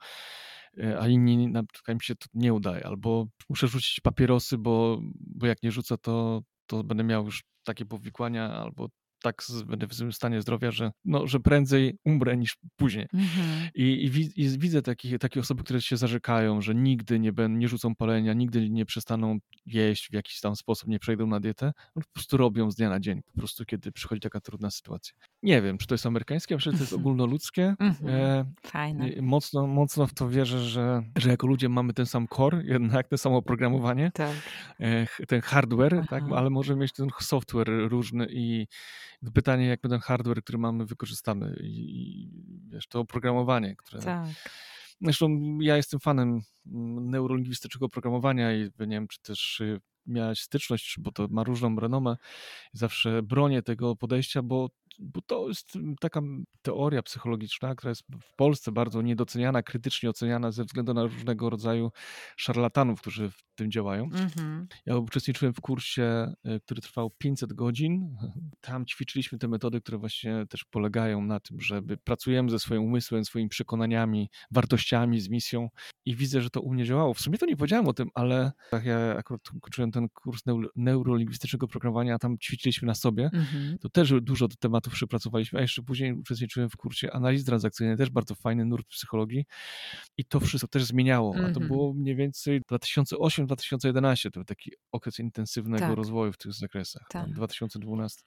e, a inni na przykład im się to nie udaje, albo muszę rzucić papierosy, bo, bo jak nie rzucę, to, to będę miał już takie powikłania, albo tak z, będę w złym stanie zdrowia, że, no, że prędzej umrę niż później. Mhm. I, i, wi- i widzę takich, takie osoby, które się zarzekają, że nigdy nie, będą, nie rzucą palenia, nigdy nie przestaną jeść w jakiś tam sposób, nie przejdą na dietę. No, po prostu robią z dnia na dzień, po prostu kiedy przychodzi taka trudna sytuacja. Nie wiem, czy to jest amerykańskie, myślę, że to jest Mhm. ogólnoludzkie. Mhm. E, Fajne. i mocno, mocno w to wierzę, że, że jako ludzie mamy ten sam core, jednak to samo oprogramowanie, Tak. e, ch- ten hardware, tak, Aha. ale może mieć ten software różny i pytanie, jak my ten hardware, który mamy, wykorzystamy i, i wiesz, to oprogramowanie, które... Tak. Zresztą ja jestem fanem mm, neurolingwistycznego oprogramowania i nie wiem, czy też y, miałeś styczność, bo to ma różną renomę. Zawsze bronię tego podejścia, bo, bo to jest taka teoria psychologiczna, która jest w Polsce bardzo niedoceniana, krytycznie oceniana ze względu na różnego rodzaju szarlatanów, którzy w tym działają. Mhm. Ja uczestniczyłem w kursie, y, który trwał pięćset godzin. Tam ćwiczyliśmy te metody, które właśnie też polegają na tym, żeby pracujemy ze swoim umysłem, swoimi przekonaniami, wartościami, z misją i widzę, że to u mnie działało. W sumie to nie powiedziałem o tym, ale tak ja akurat kończyłem ten kurs neu- neurolingwistycznego programowania, a tam ćwiczyliśmy na sobie. Mhm. To też dużo do tematów przepracowaliśmy, a jeszcze później uczestniczyłem w kursie analizy transakcyjnej, też bardzo fajny nurt psychologii i to wszystko też zmieniało, a to Mhm. było mniej więcej dwa tysiące ósmy dwa tysiące jedenaście, to był taki okres intensywnego Tak. rozwoju w tych zakresach, Tak. tam dwa tysiące dwunasty.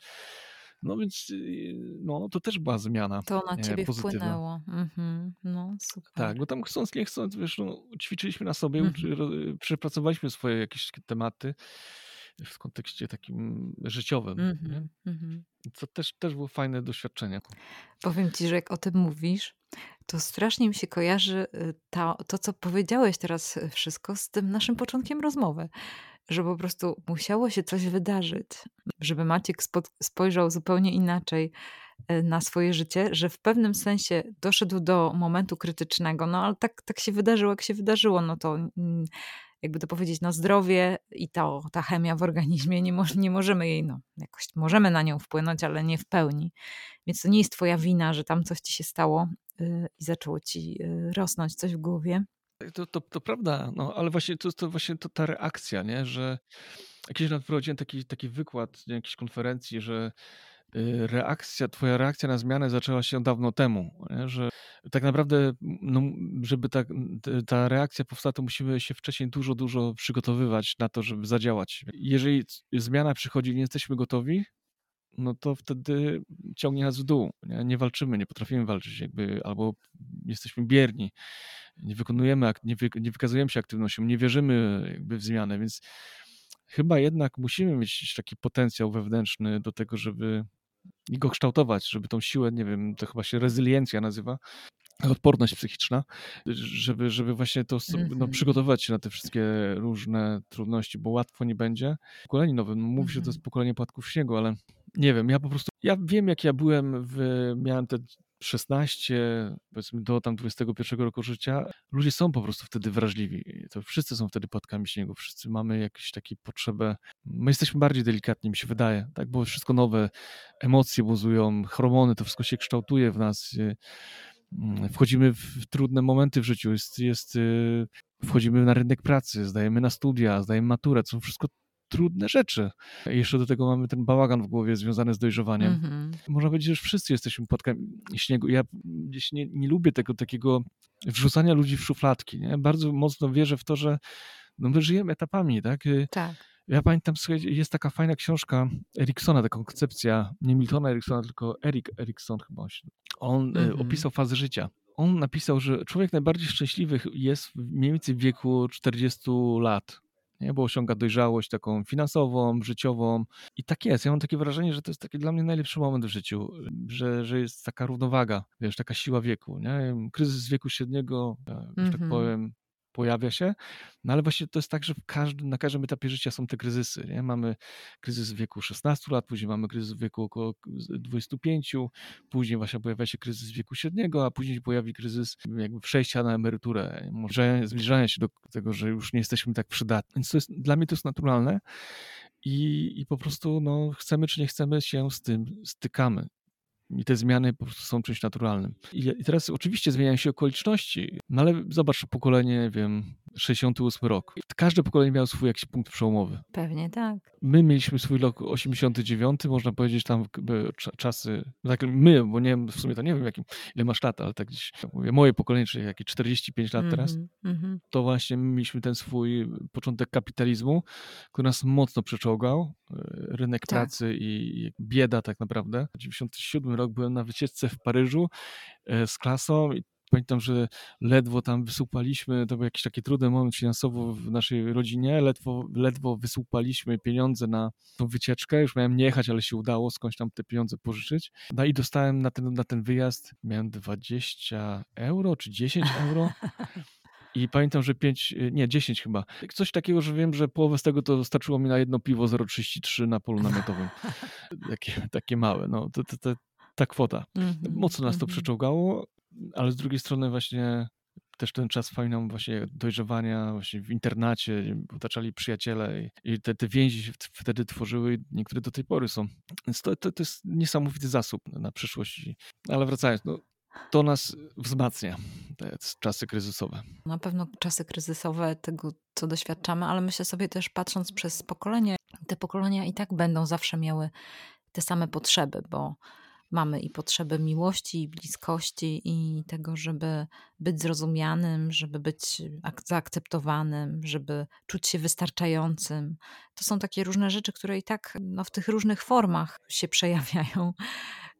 No więc y, no, to też była zmiana To na e, ciebie pozytywna. wpłynęło. Mhm. No, super. Tak, bo tam chcąc, nie chcąc, wiesz, no, ćwiczyliśmy na sobie, uczy, Mhm. ro- przepracowaliśmy swoje jakieś tematy w kontekście takim życiowym, nie? Mhm. Mhm. Co też, też było fajne doświadczenie. Powiem ci, że jak o tym mówisz, to strasznie mi się kojarzy y, ta, to, co powiedziałeś teraz y, wszystko z tym naszym początkiem rozmowy. że po prostu musiało się coś wydarzyć, żeby Maciek spo- spojrzał zupełnie inaczej e, na swoje życie, że w pewnym sensie doszedł do momentu krytycznego, no ale tak, tak się wydarzyło, jak się wydarzyło, no to mm, jakby to powiedzieć, no zdrowie i to, ta chemia w organizmie, nie, mo- nie możemy jej, no jakoś możemy na nią wpłynąć, ale nie w pełni. Więc to nie jest twoja wina, że tam coś ci się stało y, i zaczęło ci y, rosnąć coś w głowie. To, to, to prawda, no ale właśnie to, to właśnie to ta reakcja, nie? Że kiedyś nawet prowadziłem taki, taki wykład na jakiejś konferencji, że y, reakcja, twoja reakcja na zmianę zaczęła się dawno temu, nie? Że tak naprawdę, no, żeby ta, ta reakcja powstała, to musimy się wcześniej dużo, dużo przygotowywać na to, żeby zadziałać. Jeżeli zmiana przychodzi i nie jesteśmy gotowi, no to wtedy ciągnie nas w dół. Nie, nie walczymy, nie potrafimy walczyć, jakby, albo jesteśmy bierni, nie wykonujemy, ak- nie, wy, nie wykazujemy się aktywnością, nie wierzymy jakby w zmianę, więc chyba jednak musimy mieć taki potencjał wewnętrzny do tego, żeby go kształtować, żeby tą siłę, nie wiem, to chyba się rezyliencja nazywa, odporność psychiczna, żeby, żeby właśnie to so- no, Mhm. przygotować się na te wszystkie różne trudności, bo łatwo nie będzie. W pokoleniu nowym, no, mówi się, to jest Mhm. pokolenie płatków śniegu, ale nie wiem, ja po prostu, ja wiem jak ja byłem, w, miałem te szesnaście, powiedzmy do tam dwudziestego pierwszego roku życia, ludzie są po prostu wtedy wrażliwi. To wszyscy są wtedy płatkami śniegu, wszyscy mamy jakąś taką potrzebę, my jesteśmy bardziej delikatni, mi się wydaje, tak, bo wszystko nowe, emocje buzują, hormony, to wszystko się kształtuje w nas, wchodzimy w trudne momenty w życiu, jest, jest, y, wchodzimy na rynek pracy, zdajemy na studia, zdajemy maturę, to są wszystko trudne rzeczy. I jeszcze do tego mamy ten bałagan w głowie związany z dojrzewaniem. Mhm. Można powiedzieć, że wszyscy jesteśmy płatkami śniegu. Ja gdzieś nie, nie lubię tego takiego wrzucania ludzi w szufladki. Nie? Bardzo mocno wierzę w to, że no my żyjemy etapami, tak? Y, Tak. Ja pamiętam, słuchajcie, jest taka fajna książka Eriksona, taka koncepcja, nie Miltona Eriksona, tylko Erik Erikson chyba. się- On y, Mhm. opisał fazę życia. On napisał, że człowiek najbardziej szczęśliwy jest w mniej więcej w wieku czterdziestu lat, nie? Bo osiąga dojrzałość taką finansową, życiową. I tak jest. Ja mam takie wrażenie, że to jest taki dla mnie najlepszy moment w życiu, że, że jest taka równowaga, wiesz, taka siła wieku. Nie? Kryzys wieku średniego, e, że tak Mhm. powiem, pojawia się, no ale właśnie to jest tak, że w każdym, na każdym etapie życia są te kryzysy. Nie? Mamy kryzys w wieku szesnastu lat, później mamy kryzys w wieku około dwudziestu pięciu, później właśnie pojawia się kryzys wieku średniego, a później pojawi kryzys jakby przejścia na emeryturę, może zbliżania się do tego, że już nie jesteśmy tak przydatni. Więc to jest, dla mnie to jest naturalne i, i po prostu no, chcemy czy nie chcemy się z tym stykamy. I te zmiany po prostu są czymś naturalnym. I, I teraz oczywiście zmieniają się okoliczności, no ale zobacz pokolenie, nie wiem, sześćdziesiąty ósmy rok. Każde pokolenie miało swój jakiś punkt przełomowy. Pewnie tak. My mieliśmy swój rok osiemdziesiąty dziewiąty, można powiedzieć tam jakby cza- czasy, no tak my, bo nie wiem, w sumie to nie wiem jakim, ile masz lat, ale tak gdzieś mówię, moje pokolenie, czyli jakieś czterdzieści pięć lat teraz, Mhm. Mhm. to właśnie my mieliśmy ten swój początek kapitalizmu, który nas mocno przeczołgał, e, rynek Tak. pracy i i bieda tak naprawdę. dziewięćdziesiąty siódmy rok byłem na wycieczce w Paryżu e, z klasą i pamiętam, że ledwo tam wysupaliśmy, to był jakiś taki trudny moment finansowo w naszej rodzinie, ledwo, ledwo wysupaliśmy pieniądze na tą wycieczkę, już miałem nie jechać, ale się udało skądś tam te pieniądze pożyczyć. No i dostałem na ten, na ten wyjazd, miałem dwadzieścia euro czy dziesięć euro. I pamiętam, że pięć, nie, dziesięć chyba. Coś takiego, że wiem, że połowę z tego to starczyło mi na jedno piwo zero przecinek trzydzieści trzy na polu namiotowym. Takie, takie małe, no, to, to, to, ta kwota. Mhm. Mocno nas to Mhm. przeczołgało, ale z drugiej strony właśnie też ten czas fajną właśnie dojrzewania właśnie w internacie, otaczali przyjaciele i, i te, te więzi się w- wtedy tworzyły i niektóre do tej pory są. Więc to, to, to jest niesamowity zasób na przyszłość. I- Ale wracając, no, to nas wzmacnia, te czasy kryzysowe. Na pewno czasy kryzysowe, tego co doświadczamy, ale myślę sobie też patrząc przez pokolenie, te pokolenia i tak będą zawsze miały te same potrzeby, bo mamy i potrzeby miłości, i bliskości, i tego, żeby być zrozumianym, żeby być ak- zaakceptowanym, żeby czuć się wystarczającym. To są takie różne rzeczy, które i tak no, w tych różnych formach się przejawiają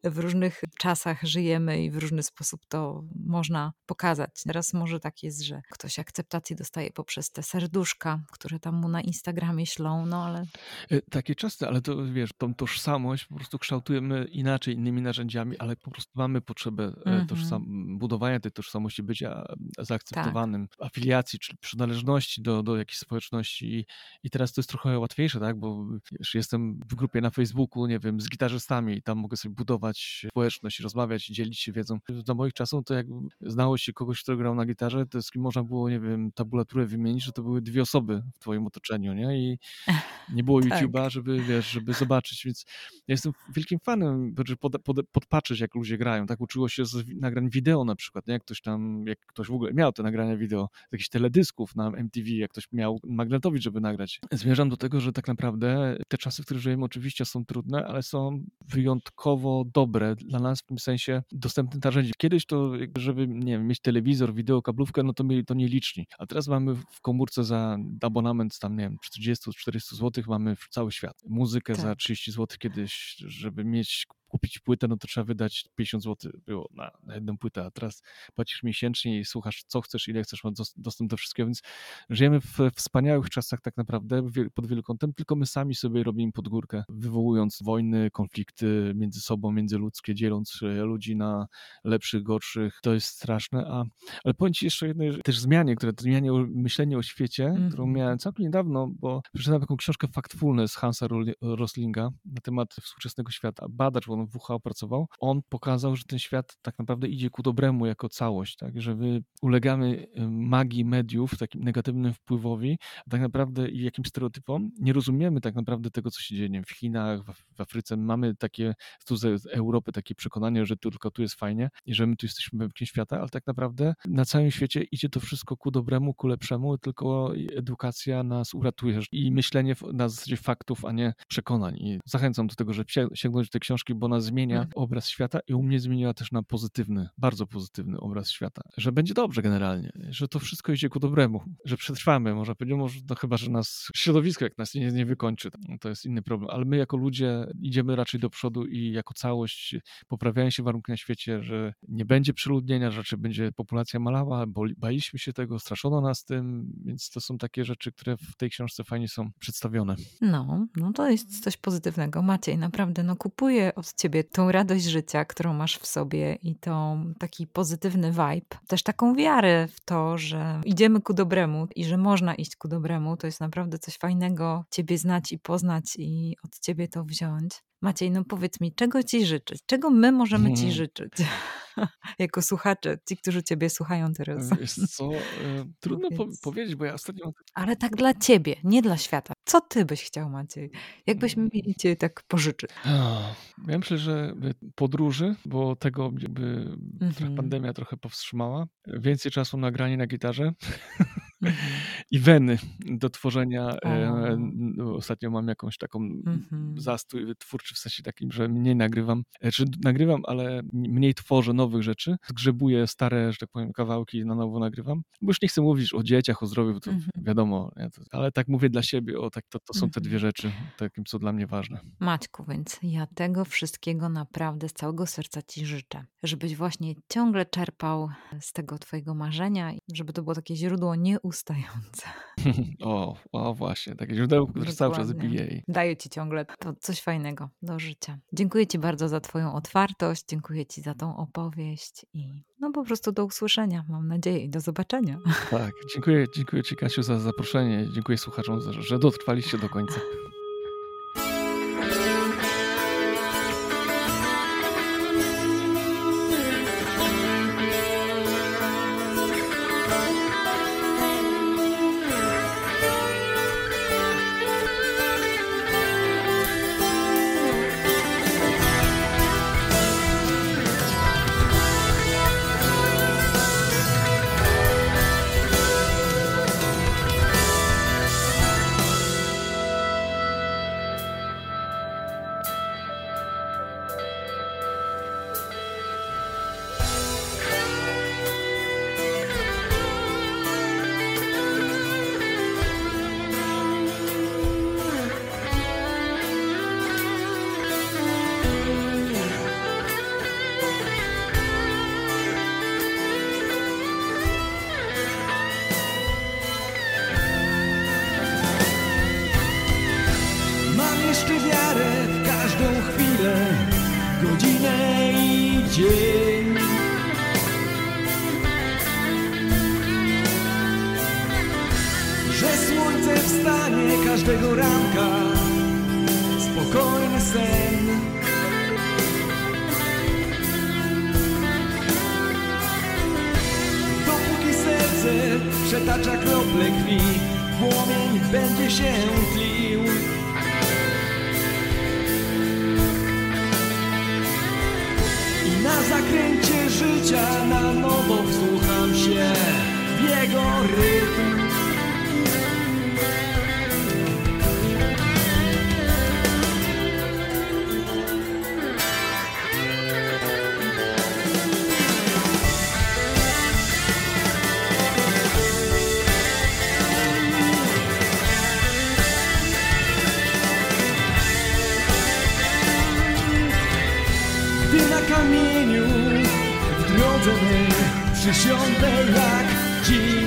w różnych czasach żyjemy i w różny sposób to można pokazać. Teraz może tak jest, że ktoś akceptację dostaje poprzez te serduszka, które tam mu na Instagramie ślą, no ale... Y, Takie czasy, ale to wiesz, tą tożsamość po prostu kształtujemy inaczej, innymi narzędziami, ale po prostu mamy potrzebę e, Mhm. tożsam, budowania tej tożsamości, bycia Tak. zaakceptowanym, afiliacji, czyli przynależności do, do jakiejś społeczności. I, I teraz to jest trochę łatwiejsze, tak? Bo wiesz, jestem w grupie na Facebooku, nie wiem, z gitarzystami i tam mogę sobie budować społeczność, rozmawiać, dzielić się wiedzą. Za moich czasów to jak znało się kogoś, kto grał na gitarze, to z kim można było, nie wiem, tabulaturę wymienić, że to były dwie osoby w twoim otoczeniu, nie? I nie było Tak. YouTube'a, żeby, wiesz, żeby zobaczyć, więc ja jestem wielkim fanem, żeby pod, pod, podpatrzeć, jak ludzie grają, tak? Uczyło się z wi- nagrań wideo na przykład, nie? Jak ktoś tam, jak ktoś w ogóle miał te nagrania wideo, z jakichś teledysków na M T V, jak ktoś miał magnetowicz, żeby nagrać. Zmierzam do tego, że tak naprawdę te czasy, w których żyjemy, oczywiście są trudne, ale są wyjątkowo dobre dla nas w tym sensie dostępnych narzędzi. Kiedyś to, żeby, nie wiem, mieć telewizor, wideo, kablówkę, no to mieli to nieliczni, a teraz mamy w komórce za abonament tam, nie wiem, czterdzieści czterdzieści złotych mamy cały świat. Muzykę za Tak. trzydzieści złotych kiedyś, żeby mieć, kupić płytę, no to trzeba wydać pięćdziesiąt złotych było na, na jedną płytę, a teraz płacisz miesięcznie i słuchasz co chcesz, ile chcesz, masz dos- dostęp do wszystkiego, więc żyjemy w wspaniałych czasach tak naprawdę wie- pod wielu kątem, tylko my sami sobie robimy podgórkę, wywołując wojny, konflikty między sobą, międzyludzkie, dzieląc e, ludzi na lepszych, gorszych. To jest straszne, a ale powiem ci jeszcze jednej też zmianie, które zmianie o- myślenie o świecie, którą Mhm. miałem całkiem niedawno, bo przeczytałem taką książkę Factfulness Hansa Rol- Roslinga na temat współczesnego świata. Badacz, on w W H O pracował, on pokazał, że ten świat tak naprawdę idzie ku dobremu jako całość, tak, że my ulegamy y, magii mediów, takim negatywnym wpływowi, a tak naprawdę i jakimś stereotypom nie rozumiemy tak naprawdę tego, co się dzieje nie wiem, w Chinach, w, w Afryce. Mamy takie, tu z z Europy, takie przekonanie, że tylko tu jest fajnie i że my tu jesteśmy wymkiem świata, ale tak naprawdę na całym świecie idzie to wszystko ku dobremu, ku lepszemu, tylko edukacja nas uratuje i myślenie w- na zasadzie faktów, a nie przekonań. I zachęcam do tego, żeby sie- sięgnąć do tej książki, bo ona zmienia Mhm. obraz świata i u mnie zmieniła też na pozytywny, bardzo pozytywny obraz świata. Że będzie dobrze generalnie, że to wszystko idzie ku dobremu, że przetrwamy, można powiedzieć, może no chyba, że nas środowisko jak nas nie, nie wykończy, to jest inny problem, ale my jako ludzie idziemy raczej do przodu i jako całość poprawiają się warunki na świecie, że nie będzie przeludnienia, że raczej będzie populacja malała, bo baliśmy się tego, straszono nas tym, więc to są takie rzeczy, które w tej książce fajnie są przedstawione. No, no to jest coś pozytywnego. Maciej, naprawdę, no kupuję od ciebie tą radość życia, którą masz w sobie i tą taki pozytywny vibe. Też taką wiarę w to, że idziemy ku dobremu i że można iść ku dobremu. To jest naprawdę coś fajnego ciebie znać i poznać i od ciebie to wziąć. Maciej, no powiedz mi, czego ci życzyć? Czego my możemy ci życzyć? Jako słuchacze, ci, którzy ciebie słuchają teraz. Wiesz co, e, trudno po- Powiedz. powiedzieć, bo ja ostatnio Ale tak dla ciebie, nie dla świata. Co ty byś chciał, Maciej? Jakbyśmy mieli cię tak pożyczyć? Ah, Ja myślę, że podróży, bo tego jakby trochę Mhm. pandemia trochę powstrzymała. Więcej czasu na granie na gitarze Mhm. i weny do tworzenia. O. E, no, ostatnio mam jakąś taką Mhm. zastój twórczy w sensie takim, że mniej nagrywam. E, Czy nagrywam, ale mniej tworzę nowych rzeczy. Zgrzebuję stare, że tak powiem, kawałki i na nowo nagrywam. Bo już nie chcę mówić o dzieciach, o zdrowiu, bo to Mhm. wiadomo, nie, to, ale tak mówię dla siebie, o tak, to, to są te Mhm. dwie rzeczy, takim co dla mnie ważne. Maćku, więc ja tego wszystkiego naprawdę z całego serca ci życzę. Żebyś właśnie ciągle czerpał z tego twojego marzenia i żeby to było takie źródło nieustające. O, o właśnie, takie źródełko, które cały czas Dokładnie. bije i Daję ci ciągle to coś fajnego do życia. Dziękuję ci bardzo za twoją otwartość, dziękuję ci za tą opowieść i no po prostu do usłyszenia, mam nadzieję, i do zobaczenia. tak. Dziękuję, dziękuję ci, Kasiu, za zaproszenie. Dziękuję słuchaczom, za- że dotrwaliście do końca. jeszcze wiarę w każdą chwilę, godzinę i dzień. Że słońce wstanie każdego ranka, spokojny sen. Dopóki serce przetacza krople krwi, płomień będzie się tlił. I na zakręcie życia na nowo wsłucham się w jego rytm. Gdy na kamieniu w drodze mej przysiądę jak dziś,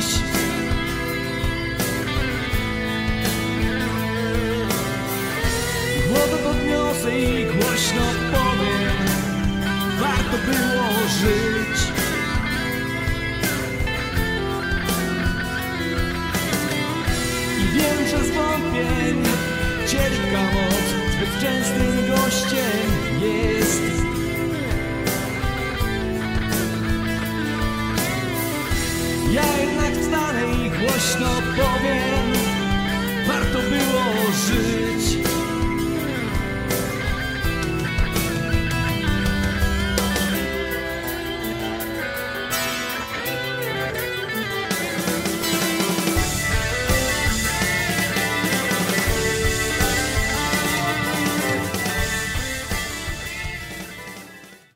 głowę podniosę i głośno powiem, warto było żyć. I wiem, że zwątpień cierpka moc zbyt częstym gościem jest. Ja jednak wstanę i głośno powiem, warto było żyć.